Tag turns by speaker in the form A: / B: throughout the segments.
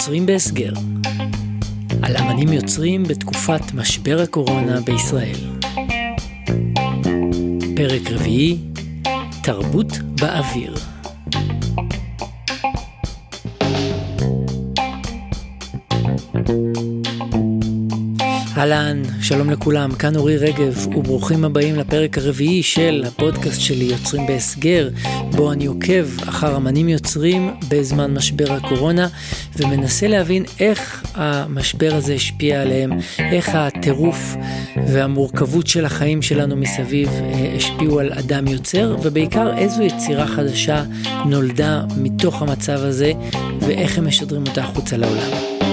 A: יוצרים בהסגר. על אמנים יוצרים בתקופת משבר הקורונה בישראל. פרק רביעי, תרבות באוויר. אהלן, שלום לכולם, כאן אורי רגב וברוכים הבאים לפרק הרביעי של הפודקאסט שלי יוצרים בהסגר, בו אני עוקב אחר אמנים יוצרים בזמן משבר הקורונה ומנסה להבין איך המשבר הזה השפיע עליהם, איך הטירוף והמורכבות של החיים שלנו מסביב השפיעו על אדם יוצר, ובעיקר איזו יצירה חדשה נולדה מתוך המצב הזה ואיך הם משדרים אותה החוצה לעולם.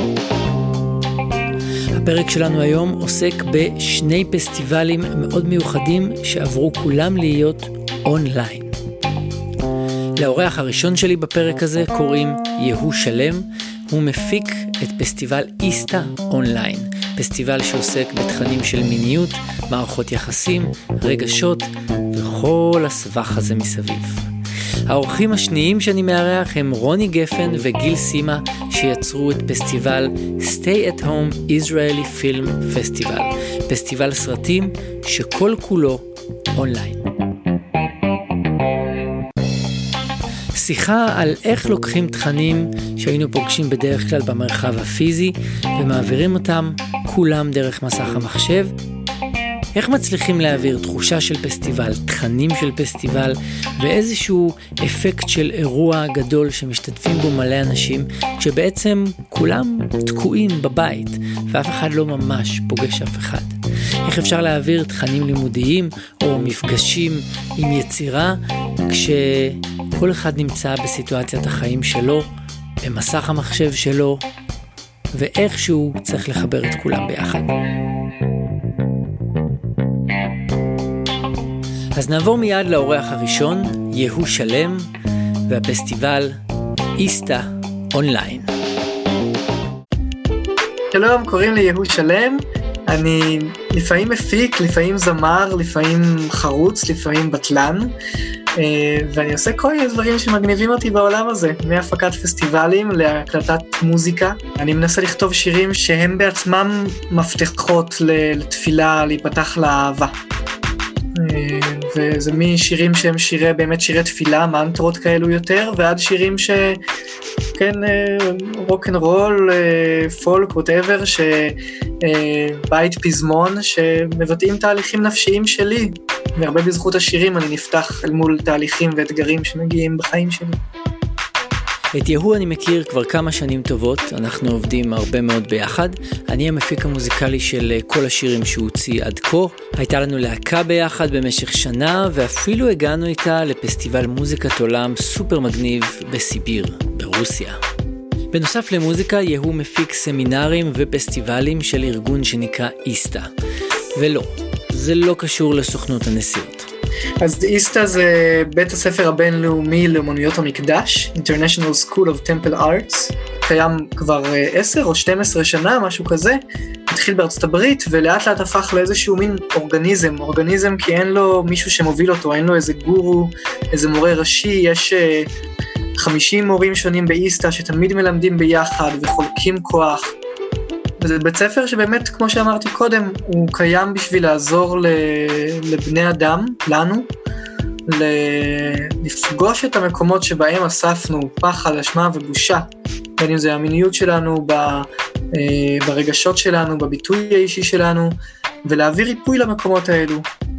A: הפרק שלנו היום עוסק בשני פסטיבלים מאוד מיוחדים שעברו כולם להיות אונליין. לאורח הראשון שלי בפרק הזה קוראים יהוא שלם, הוא מפיק את פסטיבל איסטה אונליין, פסטיבל שעוסק בתכנים של מיניות, מערכות יחסים, רגשות וכל הסבך הזה מסביב. האורחים השניים שאני מארח הם רוני גפן וגיל סימה, שיצרו את פסטיבל Stay at Home Israeli Film Festival, פסטיבל סרטים שכל כולו אונליין. שיחה על איך לוקחים תכנים שהיינו פוגשים בדרך כלל במרחב הפיזי ומעבירים אותם כולם דרך מסך המחשב. איך מצליחים להעביר תחושה של פסטיבל, תכנים של פסטיבל ואיזשהו אפקט של אירוע גדול שמשתתפים בו מלא אנשים, כשבעצם כולם תקועים בבית ואף אחד לא ממש פוגש אף אחד. איך אפשר להעביר תכנים לימודיים או מפגשים עם יצירה כשכל אחד נמצא בסיטואציית החיים שלו, במסך המחשב שלו, ואיכשהו צריך לחבר את כולם ביחד. אז נעבור מיד לאורח הראשון, יהוא שלם, והפסטיבל איסטה אונליין.
B: שלום, קוראים לי יהוא שלם, אני לפעמים מפיק, לפעמים זמר, לפעמים חרוץ, לפעמים בטלן, ואני עושה כל מיני דברים שמגניבים אותי בעולם הזה, מהפקת פסטיבלים להקלטת מוזיקה. אני מנסה לכתוב שירים שהם בעצמם מפתחות לתפילה, להיפתח לאהבה. וזה משירים שהם באמת שירי תפילה, מנטרות כאלו יותר, ועד שירים שכן, רוק'נ'רול, פולק, whatever, שבית פזמון, שמבטאים תהליכים נפשיים שלי, והרבה בזכות השירים אני נפתח אל מול תהליכים ואתגרים שמגיעים בחיים שלי.
A: את יהוא אני מכיר כבר כמה שנים טובות, אנחנו עובדים הרבה מאוד ביחד. אני המפיק המוזיקלי של כל השירים שהוא הוציא עד כה. הייתה לנו להקה ביחד במשך שנה, ואפילו הגענו איתה לפסטיבל מוזיקת עולם סופר מגניב בסיביר, ברוסיה. בנוסף למוזיקה, יהוא מפיק סמינרים ופסטיבלים של ארגון שנקרא איסטה. ולא, זה לא קשור לסוכנות הנסיעות.
B: אז איסטה זה בית הספר הבינלאומי לאמנויות המקדש, International School of Temple Arts, קיים כבר 10 או 12 שנה, משהו כזה, התחיל בארצות הברית, ולאט לאט הפך לאיזשהו מין אורגניזם כי אין לו מישהו שמוביל אותו, אין לו איזה גורו, איזה מורה ראשי, יש 50 מורים שונים באיסטה שתמיד מלמדים ביחד וחולקים כוח, וזה בית ספר שבאמת, כמו שאמרתי קודם, הוא קיים בשביל לעזור לבני אדם, לנו, לפגוש את המקומות שבהם אספנו פחד, אשמה ובושה, בין אם זה המיניות שלנו, ברגשות שלנו, בביטוי האישי שלנו, ולהעביר ריפוי למקומות האלו.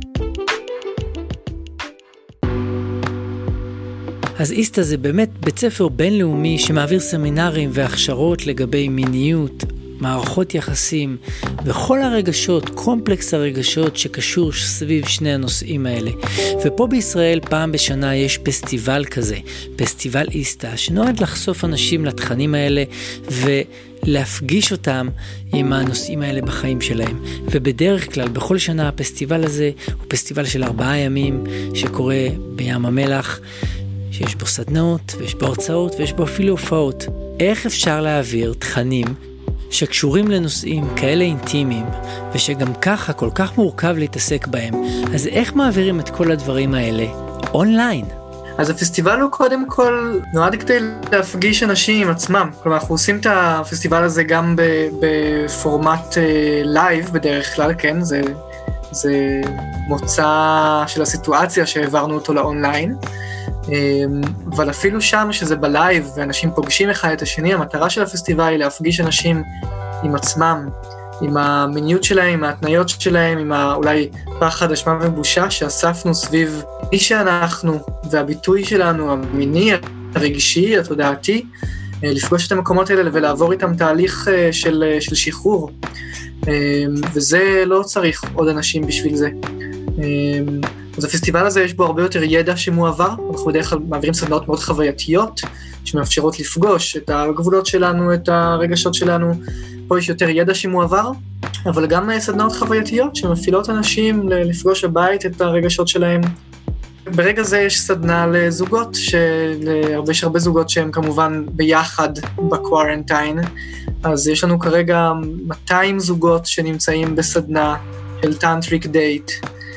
A: אז איסטה זה באמת בית ספר בינלאומי שמעביר סמינרים והכשרות לגבי מיניות, מערכות יחסים וכל הרגשות, קומפלקס הרגשות שקשור סביב שני הנושאים האלה. ופה בישראל פעם בשנה יש פסטיבל כזה, פסטיבל איסטה, שנועד לחשוף אנשים לתכנים האלה ולהפגיש אותם עם הנושאים האלה בחיים שלהם. ובדרך כלל בכל שנה הפסטיבל הזה הוא פסטיבל של 4 ימים שקורה בים המלח, שיש בו סדנאות ויש בו הרצאות ויש בו אפילו הופעות. איך אפשר להעביר תכנים שקשורים לנושאים כאלה אינטימיים, ושגם ככה כל כך מורכב להתעסק בהם, אז איך מעבירים את כל הדברים האלה אונליין?
B: אז הפסטיבל הוא קודם כל נועד כדי להפגיש אנשים עם עצמם. כלומר, אנחנו עושים את הפסטיבל הזה גם בפורמט לייב בדרך כלל, כן? זה מוצא של הסיטואציה שהעברנו אותו לאונליין. אבל אפילו שם שזה בלייב ואנשים פוגשים אחד את השני, המטרה של הפסטיבל היא להפגיש אנשים עם עצמם, עם המיניות שלהם, עם ההתניות שלהם, עם אולי פחד, אשמה ובושה שאספנו סביב מי שאנחנו והביטוי שלנו, המיני, הרגשי, התודעתי, לפגוש את המקומות האלה ולעבור איתם תהליך של שחרור. וזה לא צריך עוד אנשים בשביל זה. אז הפסטיבל הזה יש בו הרבה יותר ידע שמועבר, אנחנו בדרך כלל מעבירים סדנאות מאוד חווייתיות, שמאפשרות לפגוש את הגבולות שלנו, את הרגשות שלנו, פה יש יותר ידע שמועבר, אבל גם סדנאות חווייתיות שמפעילות אנשים לפגוש הבית את הרגשות שלהם. ברגע זה יש סדנה לזוגות, יש הרבה זוגות שהם כמובן ביחד בקוורנטיין, אז יש לנו כרגע 200 זוגות שנמצאים בסדנה של טנטריק דייט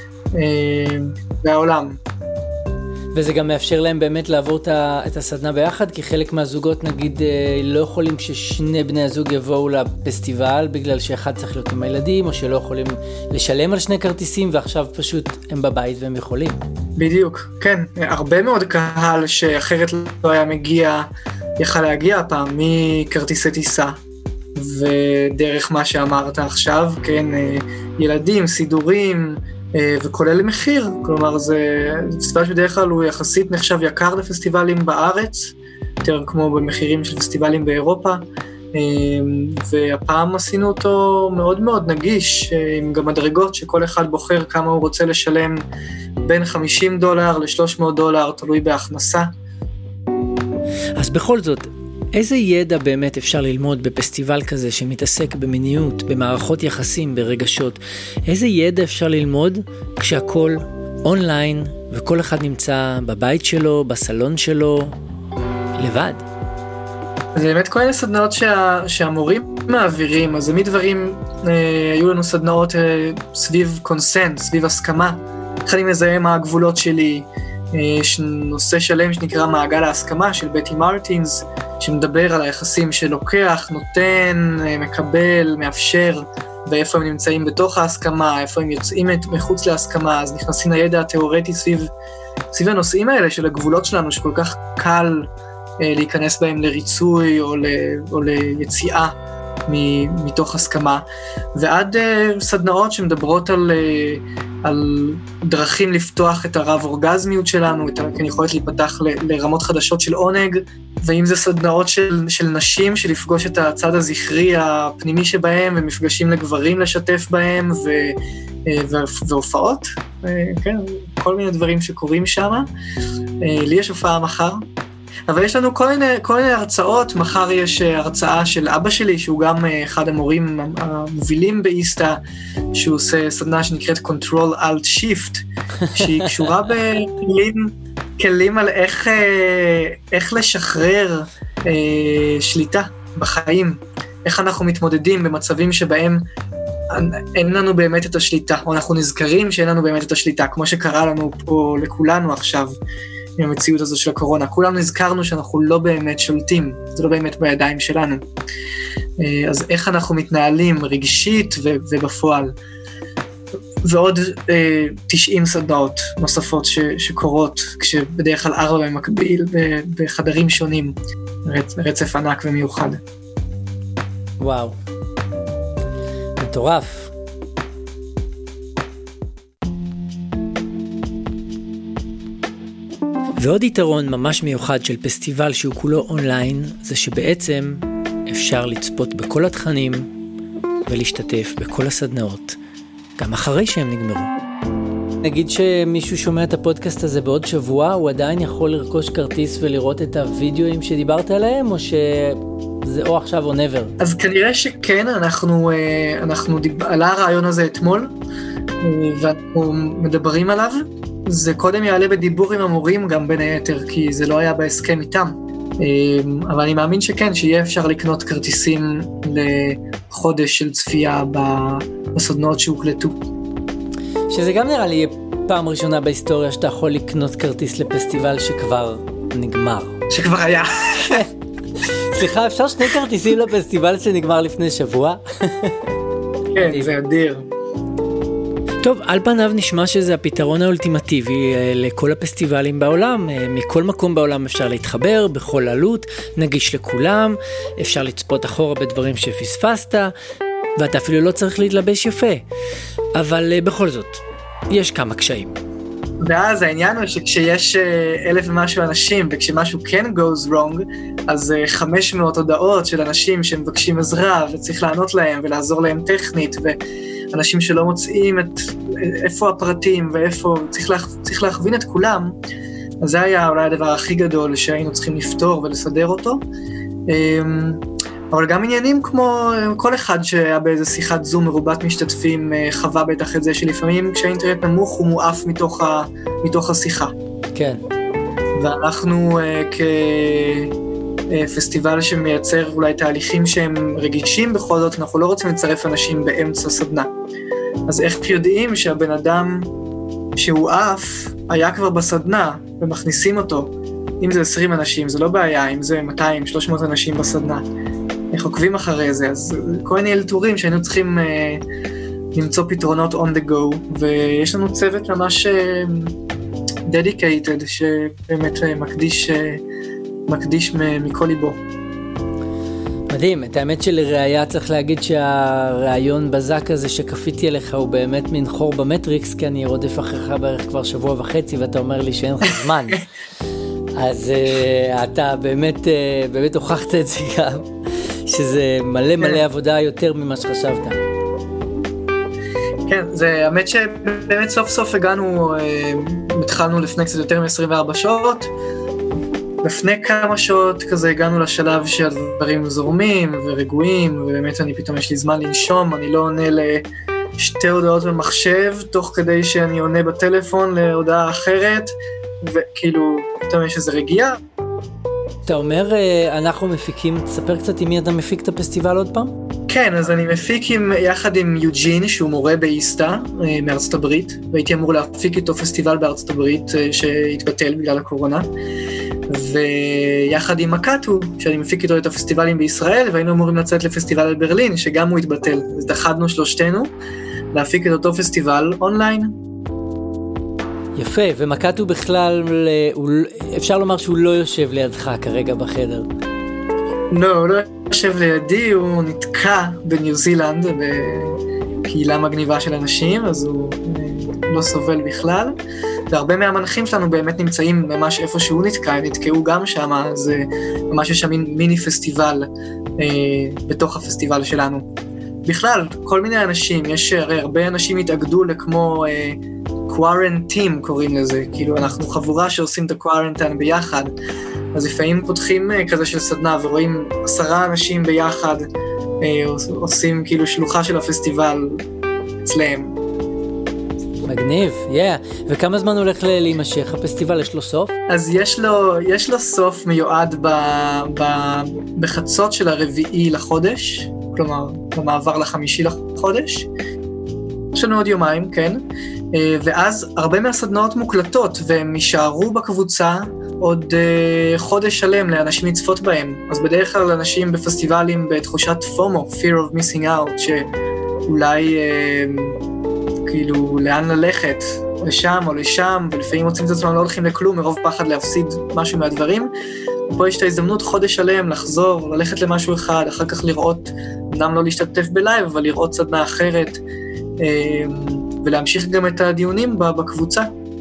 B: בעולם.
A: וזה גם מאפשר להם באמת לעבור את הסדנה ביחד, כי חלק מהזוגות נגיד לא יכולים ששני בני הזוג יבואו לפסטיבל, בגלל שאחד צריך להיות עם הילדים, או שלא יכולים לשלם על 2 כרטיסים, ועכשיו פשוט הם בבית והם יכולים.
B: בדיוק, כן. הרבה מאוד קהל שאחרת לא היה מגיע, יכל להגיע הפעם מכרטיסי טיסה, ודרך מה שאמרת עכשיו, כן, ילדים, סידורים, וכולל מחיר, כלומר זה פסטיבל שבדרך כלל הוא יחסית נחשב יקר לפסטיבלים בארץ, יותר כמו במחירים של פסטיבלים באירופה, והפעם עשינו אותו מאוד מאוד נגיש, עם גם מדרגות שכל אחד בוחר כמה הוא רוצה לשלם, בין $50 ל$300, תלוי בהכנסה.
A: אז בכל זאת, איזה ידע באמת אפשר ללמוד בפסטיבל כזה שמתעסק במיניות, במערכות יחסים, ברגשות? איזה ידע אפשר ללמוד כשהכל אונליין וכל אחד נמצא בבית שלו, בסלון שלו, לבד?
B: זה באמת כל מיני סדנאות שהמורים מעבירים, אז זה מדברים, היו לנו סדנאות סביב קונסנט, סביב הסכמה. איך אני מזהה מה הגבולות שלי, יש נושא שלם שנקרא מעגל ההסכמה של בטי מרטינס, שמדבר על היחסים שלוקח, נותן, מקבל, מאפשר, ואיפה הם נמצאים בתוך ההסכמה, איפה הם יוצאים מחוץ להסכמה, אז נכנסים לידע התיאורטי סביב הנושאים האלה של הגבולות שלנו, שכל כך קל להיכנס בהם לריצוי או ליציאה מתוך הסכמה, ועד סדנאות שמדברות על דרכים לפתוח את הרב אורגזמיות שלנו, כן, יכולת להיפתח לרמות חדשות של עונג, ואם זה סדנאות של נשים שלפגוש את הצד הזכרי הפנימי שבהם, ומפגשים לגברים לשתף בהם, והופעות, כן, כל מיני דברים שקורים שם. לי יש הופעה מחר, אבל יש לנו כל מיני הרצאות. מחר יש הרצאה של אבא שלי, שהוא גם אחד המורים המובילים באיסטה, שהוא עושה סדנה שנקראת Control Alt Shift, שהיא קשורה בכלים על איך לשחרר שליטה בחיים, איך אנחנו מתמודדים במצבים שבהם אין לנו באמת את השליטה, או אנחנו נזכרים שאין לנו באמת את השליטה, כמו שקרה לנו פה לכולנו עכשיו, עם המציאות הזו של הקורונה. כולנו נזכרנו שאנחנו לא באמת שולטים, זה לא באמת בידיים שלנו. אז איך אנחנו מתנהלים רגשית ובפועל. ועוד 90 סדנאות נוספות שקורות, כשבדרך כלל 4 במקביל, בחדרים שונים, רצף ענק ומיוחד.
A: וואו, מטורף. ועוד יתרון ממש מיוחד של פסטיבל שהוא כולו אונליין, זה שבעצם אפשר לצפות בכל התכנים ולהשתתף בכל הסדנאות, גם אחרי שהם נגמרו. נגיד שמישהו שומע את הפודקאסט הזה בעוד שבוע, הוא עדיין יכול לרכוש כרטיס ולראות את הוידאוים שדיברת עליהם, או שזה או עכשיו או never?
B: אז כנראה שכן, עלה הרעיון הזה אתמול, ואנחנו מדברים עליו. זה קודם יעלה בדיבור עם המורים גם בין היתר, כי זה לא היה בהסכם איתם. אבל אני מאמין שכן, שיהיה אפשר לקנות כרטיסים לחודש של צפייה בסדנאות שהוקלטו.
A: שזה גם נראה לי פעם ראשונה בהיסטוריה שאתה יכול לקנות כרטיס לפסטיבל שכבר נגמר.
B: שכבר היה.
A: סליחה, אפשר 2 כרטיסים לפסטיבל שנגמר לפני שבוע?
B: כן, זה אדיר.
A: טוב, על פניו נשמע שזה הפתרון האולטימטיבי לכל הפסטיבלים בעולם. מכל מקום בעולם אפשר להתחבר, בכל עלות, נגיש לכולם, אפשר לצפות אחורה בדברים שפספסת, ואתה אפילו לא צריך להתלבש יפה. אבל בכל זאת, יש כמה קשיים.
B: ואז העניין הוא שכשיש 1,000 ומשהו אנשים, וכשמשהו כן goes wrong, אז 500 הודעות של אנשים שמבקשים עזרה, וצריך לענות להם ולעזור להם טכנית, ואנשים שלא מוצאים איפה הפרטים ואיפה, צריך להכווין את כולם. אז זה היה אולי הדבר הכי גדול שהיינו צריכים לפתור ולסדר אותו. אבל גם עניינים כמו כל אחד שהיה באיזה שיחת זום מרובת משתתפים חווה בטח את זה שלפעמים כשהאינטרנט נמוך הוא מואף מתוך השיחה.
A: כן.
B: ואנחנו כפסטיבל שמייצר אולי תהליכים שהם רגישים בכל זאת, אנחנו לא רוצים לצרף אנשים באמצע סדנה. אז איך יודעים שהבן אדם שהוא עף היה כבר בסדנה ומכניסים אותו? אם זה 20 אנשים זה לא בעיה, אם זה 200-300 אנשים בסדנה. איך עוקבים אחרי זה, אז כל מיני אלתורים שהיינו צריכים למצוא פתרונות on the go, ויש לנו צוות ממש dedicated, שבאמת מקדיש מכל ליבו.
A: מדהים, את האמת שלראיה צריך להגיד שהרעיון בזק הזה שקפיתי עליך הוא באמת מין חור במטריקס, כי אני רודף אחריך בערך כבר 1.5 שבוע, ואתה אומר לי שאין לך זמן. אז אתה באמת הוכחת את זה גם. שזה מלא עבודה יותר ממה שחשבת.
B: כן, זה האמת שבאמת סוף סוף התחלנו לפני קצת יותר מ-24 שעות, לפני כמה שעות כזה הגענו לשלב שהדברים זורמים ורגועים, ובאמת פתאום יש לי זמן לנשום, אני לא עונה לשתי הודעות במחשב, תוך כדי שאני עונה בטלפון להודעה אחרת, וכאילו פתאום יש איזו רגיעה.
A: אתה אומר, אנחנו מפיקים, תספר קצת עם מי אתה מפיק את הפסטיבל עוד פעם?
B: כן, אז אני מפיק יחד עם יוג'ין, שהוא מורה באיסטה, מארצות הברית, והייתי אמור להפיק איתו פסטיבל בארצות הברית שהתבטל בגלל הקורונה, ויחד עם מקאטו, שאני מפיק איתו את הפסטיבלים בישראל, והיינו אמורים לצאת לפסטיבל ברלין, שגם הוא התבטל. אז דחדנו שלושתנו להפיק את אותו פסטיבל אונליין.
A: יפה, ומקאטו בכלל, אפשר לומר שהוא לא יושב לידך כרגע בחדר.
B: לא, הוא לא יושב לידי, הוא נתקע בניו זילנד, בקהילה מגניבה של אנשים, אז הוא לא סובל בכלל. והרבה מהמנחים שלנו באמת נמצאים ממש איפה שהוא נתקע, הם נתקעו גם שם, אז ממש יש שם מיני פסטיבל בתוך הפסטיבל שלנו. בכלל, כל מיני אנשים, יש הרי הרבה אנשים התאגדו לכמו quarantine קוראים לזה, כאילו אנחנו חבורה שעושים את הקוורנטין ביחד, אז לפעמים פותחים כזה של סדנה ורואים 10 אנשים ביחד, עושים כאילו שלוחה של הפסטיבל אצלהם.
A: מגניב, וכמה זמן הולך להימשך הפסטיבל? יש לו סוף?
B: אז יש לו סוף מיועד בחצות של 4 לחודש, כלומר במעבר ל5 לחודש. יש לנו עוד יומיים, כן, ואז הרבה מהסדנאות מוקלטות, והם יישארו בקבוצה עוד חודש שלם לאנשים לצפות בהם. אז בדרך כלל אנשים בפסטיבלים בתחושת FOMO, Fear of Missing Out, שאולי כאילו לאן ללכת, לשם או לשם, ולפעמים מוצאים את עצמם לא הולכים לכלום, מרוב פחד להפסיד משהו מהדברים. ופה יש את ההזדמנות חודש שלם לחזור, ללכת למשהו אחד, אחר כך לראות, אמנם לא להשתתף בלייב, אבל לראות סדנה אחרת, ולהמשיך גם את הדיונים בקבוצה.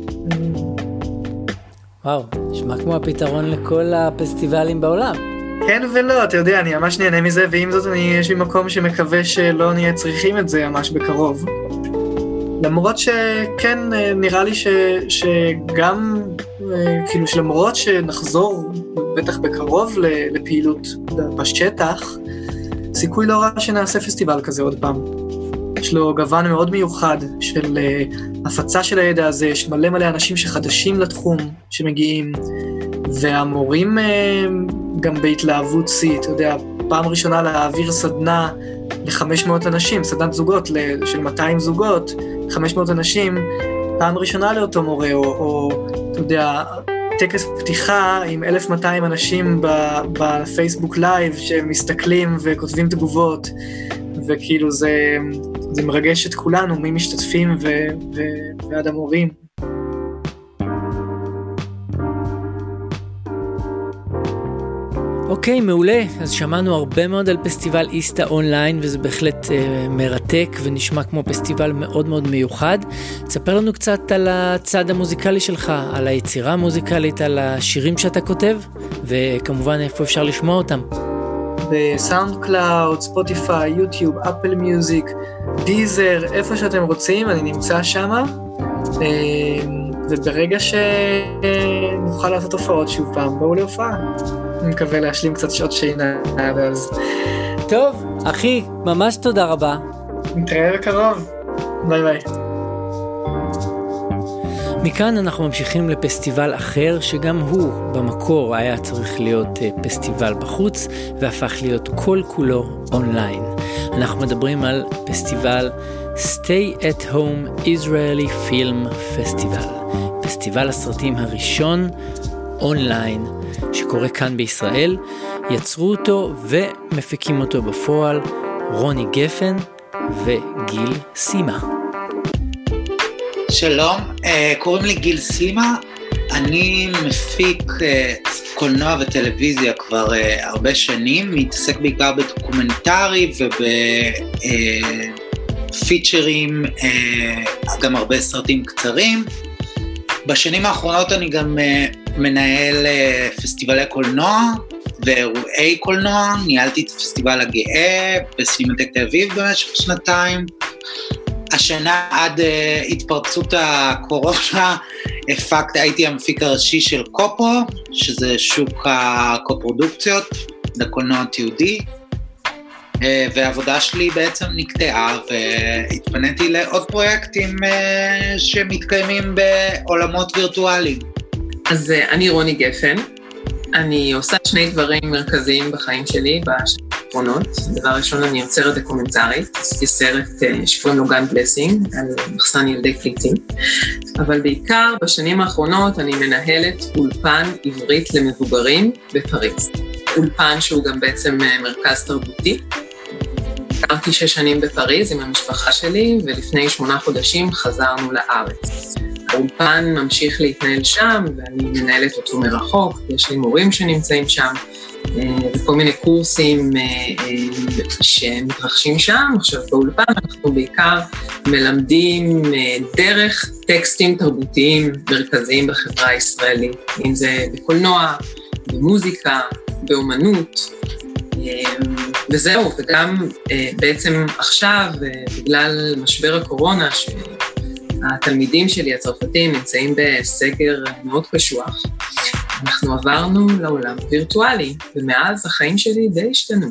A: וואו, נשמע כמו הפתרון לכל הפסטיבלים בעולם.
B: כן ולא, אתה יודע, אני ממש נהנה מזה, ועם זאת יש לי מקום שמקווה שלא נהיה צריכים את זה ממש בקרוב. למרות שכן, נראה לי שגם, כאילו שלמרות שנחזור בטח בקרוב לפעילות בשטח, סיכוי לא רע שנעשה פסטיבל כזה עוד פעם. יש לו גוון מאוד מיוחד של הפצה של הידע הזה, יש מלא אנשים שחדשים לתחום שמגיעים, והמורים גם בהתלהבות שיא, אתה יודע, פעם ראשונה להעביר סדנה ל500 אנשים, סדנת זוגות של 200 זוגות, 500 אנשים, פעם ראשונה לאותו מורה, או אתה יודע, טקס פתיחה עם 1200 אנשים בפייסבוק לייב שמסתכלים וכותבים תגובות, וכאילו זה מרגש את כולנו, מי משתתפים ועד המורים.
A: אוקיי, מעולה. אז שמענו הרבה מאוד על פסטיבל איסטה אונליין, וזה בהחלט מרתק ונשמע כמו פסטיבל מאוד מאוד מיוחד. תספר לנו קצת על הצד המוזיקלי שלך, על היצירה המוזיקלית, על השירים שאתה כותב, וכמובן איפה אפשר לשמוע אותם.
B: בסאונד קלאוד, ספוטיפיי, יוטיוב, אפל מיוזיק, דיזר, איפה שאתם רוצים, אני נמצא שם. וברגע שנוכל לעשות הופעות שוב פעם, בואו להופעה. אני מקווה להשלים קצת שעות שינה עד אז.
A: טוב, אחי, ממש תודה רבה.
B: נתראה בקרוב. ביי ביי.
A: מכאן אנחנו ממשיכים לפסטיבל אחר, שגם הוא במקור היה צריך להיות פסטיבל בחוץ, והפך להיות כל כולו אונליין. אנחנו מדברים על פסטיבל Stay at Home Israeli Film Festival, פסטיבל הסרטים הראשון אונליין שקורה כאן בישראל. יצרו אותו ומפיקים אותו בפועל רוני גפן וגיל סימה.
C: שלום, קוראים לי גיל סימה, אני מפיק קולנוע וטלוויזיה כבר הרבה שנים, מתעסק בעיקר בדוקומנטרי ובפיצ'רים, גם הרבה סרטים קצרים. בשנים האחרונות אני גם מנהל פסטיבלי קולנוע ואירועי קולנוע, ניהלתי את הפסטיבל הגאה בסינמטק תל אביב במשך שנתיים. השנה עד התפרצות הקורונה הייתי המפיק הראשי של קופו, שזה שוק הקופרודוקציות לקולנוע תיעודי, והעבודה שלי בעצם נקטעה והתפניתי לעוד פרויקטים שמתקיימים בעולמות וירטואליים. אז
D: אני רוני גפן, אני עושה שני דברים מרכזיים בחיים שלי בשנים האחרונות. דבר ראשון, אני יוצרת דוקומנטרית, עשיתי סרט שקוראים לו גן בלסינג, על מחסן ילדי פליטים, אבל בעיקר בשנים האחרונות אני מנהלת אולפן עברית למבוגרים בפריז. אולפן שהוא גם בעצם מרכז תרבותי. גרתי 6 שנים בפריז עם המשפחה שלי, ולפני 8 חודשים חזרנו לארץ. האולפן ממשיך להתנהל שם, ואני מנהלת אותו מרחוק, יש לי מורים שנמצאים שם, וכל מיני קורסים שמתרחשים שם. עכשיו באולפן אנחנו בעיקר מלמדים דרך טקסטים תרבותיים מרכזיים בחברה הישראלית, אם זה בקולנוע, במוזיקה, באומנות, וזהו. וגם בעצם עכשיו, בגלל משבר הקורונה, שהתלמידים שלי הצרפתים נמצאים בסגר מאוד קשוח, אנחנו עברנו לעולם וירטואלי, ומאז החיים שלי די השתנו.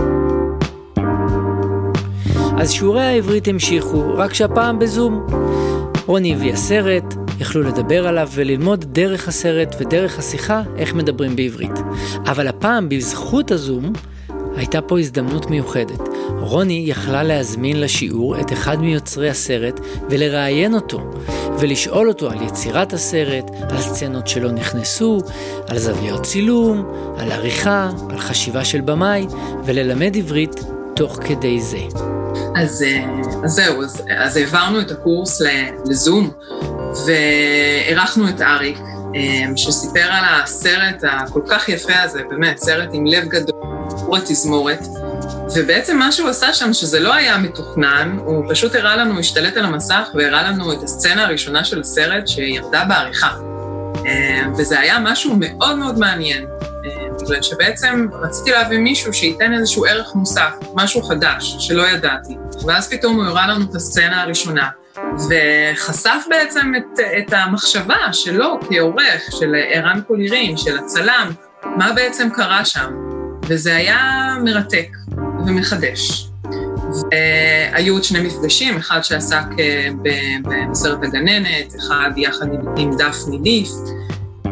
A: אז שיעורי העברית המשיכו, רק שהפעם בזום. רוני הביא הסרט, יכלו לדבר עליו וללמוד דרך הסרט ודרך השיחה איך מדברים בעברית. אבל הפעם בזכות הזום הייתה פה הזדמנות מיוחדת. רוני יכלה להזמין לשיעור את אחד מיוצרי הסרט ולראיין אותו, ולשאול אותו על יצירת הסרט, על סצנות שלא נכנסו, על זוויות צילום, על עריכה, על חשיבה של במאי, וללמד עברית תוך כדי זה.
D: אז זהו, אז העברנו את הקורס לזום, וערכנו את אריק, שסיפר על הסרט הכל כך יפה הזה, באמת, סרט עם לב גדול, תזמורת, ובעצם מה שהוא עשה שם, שזה לא היה מתוכנן, הוא פשוט הראה לנו, השתלט על המסך, והראה לנו את הסצנה הראשונה של הסרט שירדה בעריכה. וזה היה משהו מאוד מאוד מעניין, בגלל שבעצם רציתי להביא מישהו שייתן איזשהו ערך מוסף, משהו חדש שלא ידעתי, ואז פתאום הוא הראה לנו את הסצנה הראשונה, וחשף בעצם את המחשבה שלו כעורך, של ערן קולירין, של הצלם, מה בעצם קרה שם. וזה היה מרתק ומחדש. והיו עוד 2 מפגשים, אחד שעסק בסרט הגננת, אחד יחד עם דפני ליף,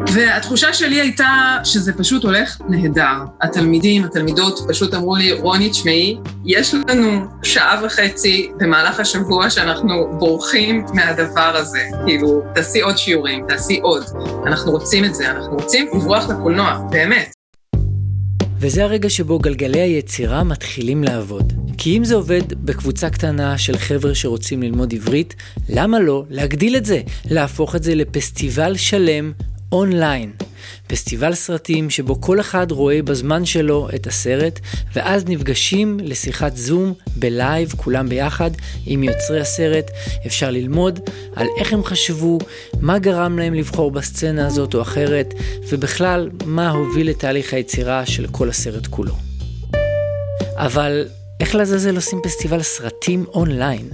D: והתחושה שלי הייתה שזה פשוט הולך נהדר. התלמידים, התלמידות פשוט אמרו לי, רוני, תשמעי, יש לנו 1.5 שעה במהלך השבוע שאנחנו בורחים מהדבר הזה. כאילו, תעשי עוד שיעורים, תעשי עוד. אנחנו רוצים את זה, אנחנו רוצים לברוח לקולנוע, באמת.
A: וזה הרגע שבו גלגלי היצירה מתחילים לעבוד. כי אם זה עובד בקבוצה קטנה של חבר'ה שרוצים ללמוד עברית, למה לא להגדיל את זה? להפוך את זה לפסטיבל שלם אונליין. פסטיבל סרטים שבו כל אחד רואה בזמן שלו את הסרט, ואז נפגשים לשיחת זום בלייב, כולם ביחד, עם יוצרי הסרט. אפשר ללמוד על איך הם חשבו, מה גרם להם לבחור בסצנה הזאת או אחרת, ובכלל מה הוביל לתהליך היצירה של כל הסרט כולו. אבל איך לעזאזל עושים פסטיבל סרטים אונליין?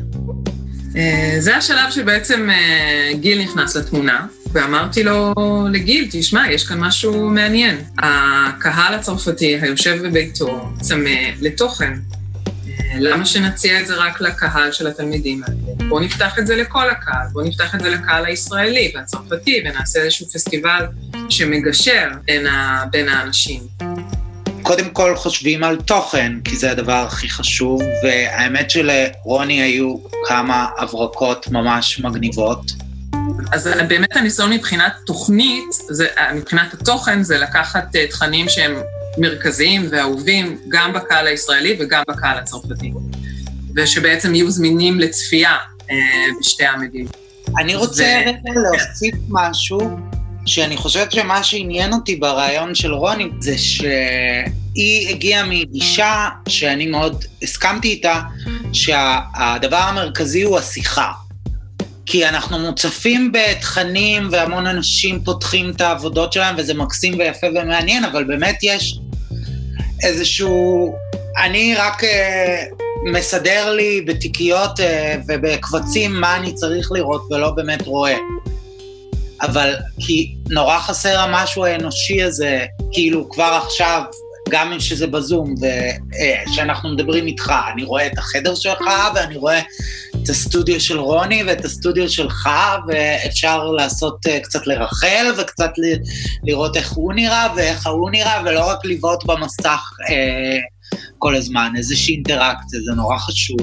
D: זה השלב שבעצם גיל נכנס לתמונה, ואמרתי לו לגיל, תשמע, יש כאן משהו מעניין. הקהל הצרפתי היושב בביתו צמא לתוכן. למה שנציע את זה רק לקהל של התלמידים האלה? בואו נפתח את זה לכל הקהל, בואו נפתח את זה לקהל הישראלי והצרפתי, ונעשה איזשהו פסטיבל שמגשר בין האנשים.
C: קודם כל חושבים על תוכן, כי זה הדבר הכי חשוב, והאמת שלרוני היו כמה הברקות ממש מגניבות.
D: אז באמת הניסיון מבחינת תוכנית, מבחינת התוכן, זה לקחת תכנים שהם מרכזיים ואהובים גם בקהל הישראלי וגם בקהל הצרפתי, ושבעצם יהיו זמינים לצפייה בשתי המדינות.
C: אני רוצה להוסיף משהו, שאני חושבת שמה שעניין אותי ברעיון של רוני, זה שהיא הגיעה מגישה שאני מאוד הסכמתי איתה, שהדבר המרכזי הוא השיחה. כי אנחנו מוצפים בתכנים והמון אנשים פותחים את העבודות שלהם, וזה מקסים ויפה ומעניין, אבל באמת יש איזשהו, אני רק מסדר לי בתיקיות ובקבצים מה אני צריך לראות ולא באמת רואה. אבל כי נורא חסר המשהו האנושי הזה, כאילו כבר עכשיו, גם שזה בזום, ושאנחנו מדברים איתך, אני רואה את החדר שלך, ואני רואה את הסטודיו של רוני, ואת הסטודיו שלך, ואפשר לעשות קצת לרחל, וקצת לראות איך הוא נראה, ואיך הוא נראה, ולא רק לבעוט במסך כל הזמן, איזושהי אינטראקציה, זה נורא חשוב.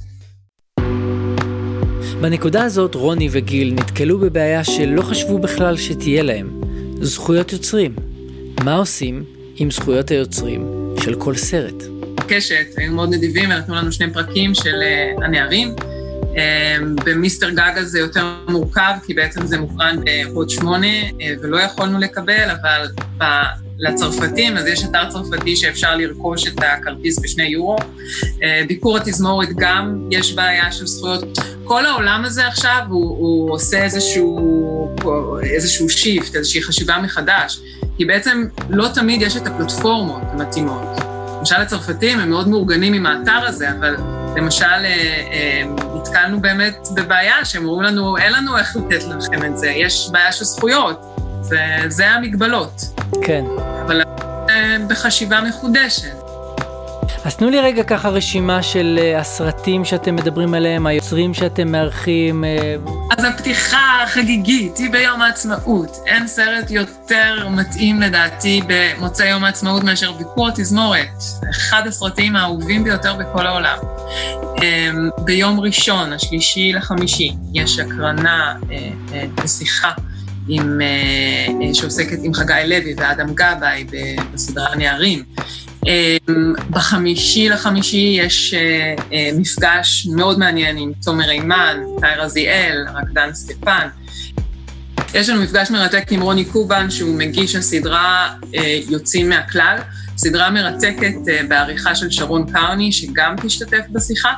A: בנקודה הזאת רוני וגיל נתקלו בבעיה שלא חשבו בכלל שתהיה להם. זכויות יוצרים. מה עושים עם זכויות היוצרים של כל סרט?
D: קשת, היו מאוד נדיבים ונתנו לנו 2 פרקים של הנערים. במיסטר גגה זה יותר מורכב, כי בעצם זה מוקרן בהוד 8, ולא יכולנו לקבל, אבל לצרפתים, אז יש אתר צרפתי שאפשר לרכוש את הכרטיס ב2 יורו. ביקור התזמורת גם יש בעיה של זכויות. כל העולם הזה עכשיו הוא עושה איזשהו שיפט, איזושהי חשיבה מחדש, כי בעצם לא תמיד יש את הפלטפורמות המתאימות. למשל הצרפתים הם מאוד מאורגנים עם האתר הזה, אבל למשל נתקלנו באמת בבעיה שהם אומרים לנו, אין לנו איך לתת לכם את זה, יש בעיה של זכויות, וזה המגבלות.
A: כן.
D: אבל בחשיבה מחודשת.
A: אז תנו לי רגע ככה רשימה של הסרטים שאתם מדברים עליהם, היוצרים שאתם מארחים.
D: אז הפתיחה החגיגית היא ביום העצמאות. אין סרט יותר מתאים לדעתי במוצאי יום העצמאות מאשר ביקור התזמורת. אחד הסרטים האהובים ביותר בכל העולם. ביום ראשון, 3/5, יש הקרנה בשיחה שעוסקת עם חגי לוי ואדם גבאי בסדרה הנערים. ב5/5 יש מפגש מאוד מעניין עם תומר אימן, תאיר רזיאל, רקדן סטפן. יש לנו מפגש מרתק עם רוני קובן, שהוא מגיש הסדרה יוצאים מהכלל, סדרה מרתקת בעריכה של שרון קרני, שגם תשתתף בשיחה,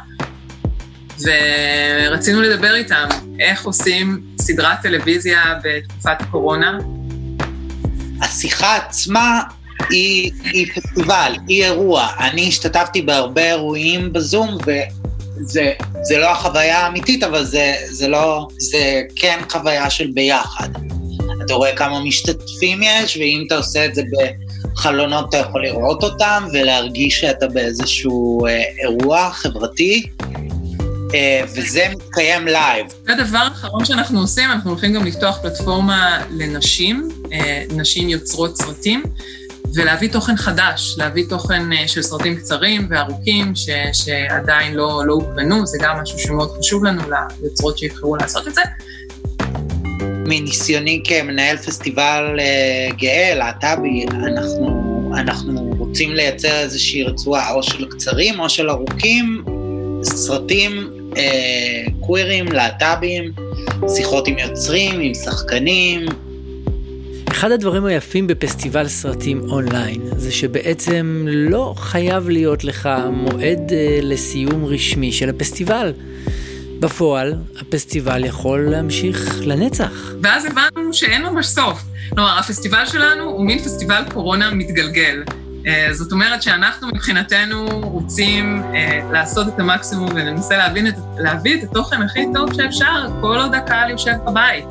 D: ורצינו לדבר איתם איך עושים סדרת טלוויזיה בתקופת הקורונה.
C: השיחה עצמה היא פסטיבל, היא אירוע. אני השתתפתי בהרבה אירועים בזום, וזה לא החוויה האמיתית, אבל זה כן חוויה של ביחד. אתה רואה כמה משתתפים יש, ואם אתה עושה את זה בחלונות, אתה יכול לראות אותם, ולהרגיש שאתה באיזשהו אירוע חברתי, וזה מתקיים לייב.
D: הדבר האחרון שאנחנו עושים, אנחנו הולכים גם לפתוח פלטפורמה לנשים, נשים יוצרות סרטים, ולהביא תוכן חדש, להביא תוכן של סרטים קצרים וארוכים שעדיין לא הוקרנו, זה גם משהו שמאוד חשוב לנו ליוצרות שיבחרו לעשות את זה.
C: מניסיוני כמנהל פסטיבל גאה, להט"בי, אנחנו רוצים לייצר איזושהי רצועה או של קצרים או של ארוכים, סרטים קווירים, להט"בים, שיחות עם יוצרים, עם שחקנים.
A: אחד הדברים היפים בפסטיבל סרטים אונליין, זה שבעצם לא חייב להיות לך מועד לסיום רשמי של הפסטיבל. בפועל, הפסטיבל יכול להמשיך לנצח.
D: ואז הבנו שאין ממש סוף. כלומר, הפסטיבל שלנו הוא מין פסטיבל קורונה מתגלגל. זאת אומרת שאנחנו מבחינתנו רוצים לעשות את המקסימום וננסה להביא את התוכן הכי טוב שאפשר, כל עוד הקהל יושב בבית.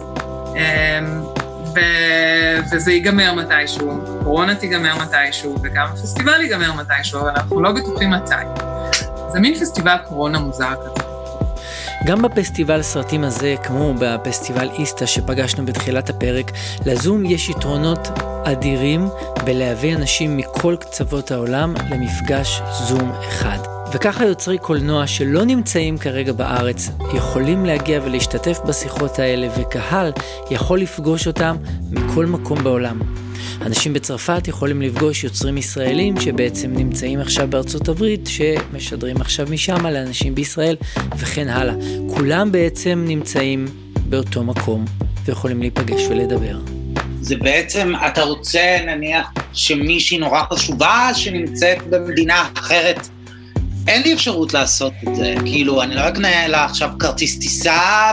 D: וזה ייגמר מתישהו, קורונה תיגמר מתישהו, וגם הפסטיבל ייגמר מתישהו, אבל אנחנו לא בטוחים מתי. זה מין פסטיבל קורונה מוזר כזה.
A: גם בפסטיבל סרטים הזה, כמו בפסטיבל איסטה שפגשנו בתחילת הפרק, לזום יש יתרונות אדירים בלהביא אנשים מכל קצוות העולם למפגש זום אחד. וככה יוצרי קולנוע שלא נמצאים כרגע בארץ יכולים להגיע ולהשתתף בשיחות האלה, וקהל יכול לפגוש אותם מכל מקום בעולם. אנשים בצרפת יכולים לפגוש יוצרים ישראלים שבעצם נמצאים עכשיו בארצות הברית, שמשדרים עכשיו משם לאנשים בישראל, וכן הלאה. כולם בעצם נמצאים באותו מקום ויכולים להיפגש ולדבר.
C: זה בעצם, אתה רוצה נניח שמישהי נורא חשובה שנמצאת במדינה אחרת, אין לי אפשרות לעשות את זה, כאילו אני לא אקנה לה עכשיו כרטיס טיסה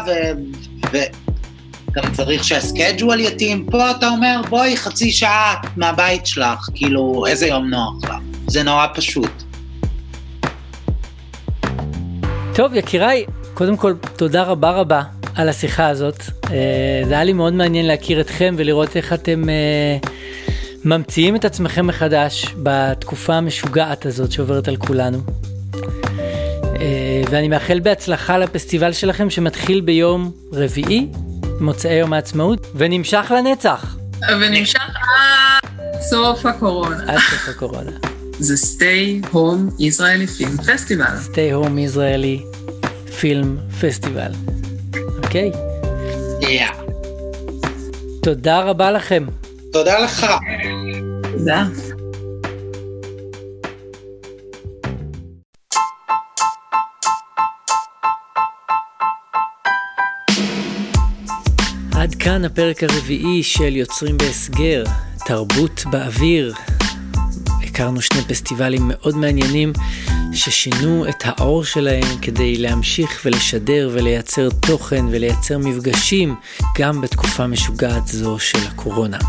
C: גם צריך שהסקייג'ואל יתאים. פה אתה אומר, בואי חצי שעה מהבית שלך, כאילו איזה יום נוח לך. זה נורא פשוט.
A: טוב, יקיריי, קודם כל תודה רבה על השיחה הזאת. זה היה לי מאוד מעניין להכיר אתכם ולראות איך אתם ממציאים את עצמכם מחדש בתקופה המשוגעת הזאת שעוברת על כולנו. ואני מאחל בהצלחה לפסטיבל שלכם שמתחיל ביום רביעי, מוצאי יום העצמאות, ונמשך לנצח.
D: ונמשך עד סוף הקורונה.
A: עד סוף הקורונה.
D: זה Stay Home Israeli Film Festival.
A: Stay Home Israeli Film Festival. אוקיי? תודה רבה לכם.
C: תודה לך.
D: תודה.
A: עד כאן הפרק הרביעי של יוצרים בהסגר, תרבות באוויר. הכרנו שני פסטיבלים מאוד מעניינים ששינו את האור שלהם כדי להמשיך ולשדר ולייצר תוכן ולייצר מפגשים גם בתקופה משוגעת זו של הקורונה.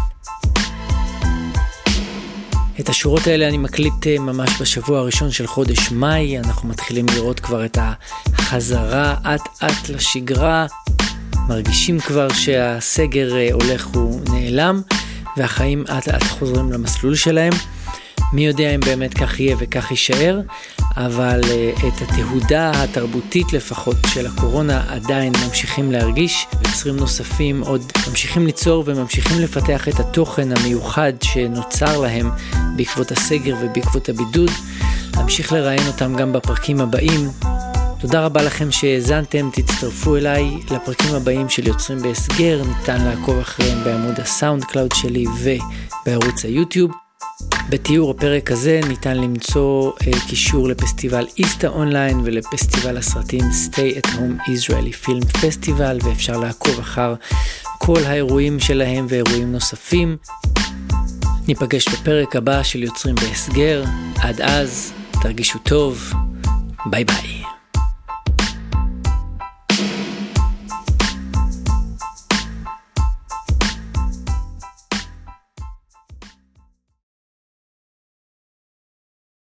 A: את השורות האלה אני מקליט ממש בשבוע הראשון של חודש מאי. אנחנו מתחילים לראות כבר את החזרה אט לשגרה. מרגישים כבר שהסגר הולך ונעלם, והחיים אט חוזרים למסלול שלהם. מי יודע אם באמת כך יהיה וכך יישאר, אבל את התהודה התרבותית לפחות של הקורונה עדיין ממשיכים להרגיש. יוצרים נוספים עוד ממשיכים ליצור וממשיכים לפתח את התוכן המיוחד שנוצר להם בעקבות הסגר ובעקבות הבידוד. להמשיך לראיין אותם גם בפרקים הבאים. תודה רבה לכם שהאזנתם, תצטרפו אליי לפרקים הבאים של יוצרים בהסגר, ניתן לעקוב אחריהם בעמוד הסאונד קלאוד שלי ובערוץ היוטיוב. בתיאור הפרק הזה ניתן למצוא קישור לפסטיבל איסטה אונליין ולפסטיבל הסרטים Stay at Home Israeli Film Festival, ואפשר לעקוב אחר כל האירועים שלהם ואירועים נוספים. ניפגש בפרק הבא של יוצרים בהסגר. עד אז, תרגישו טוב, ביי ביי.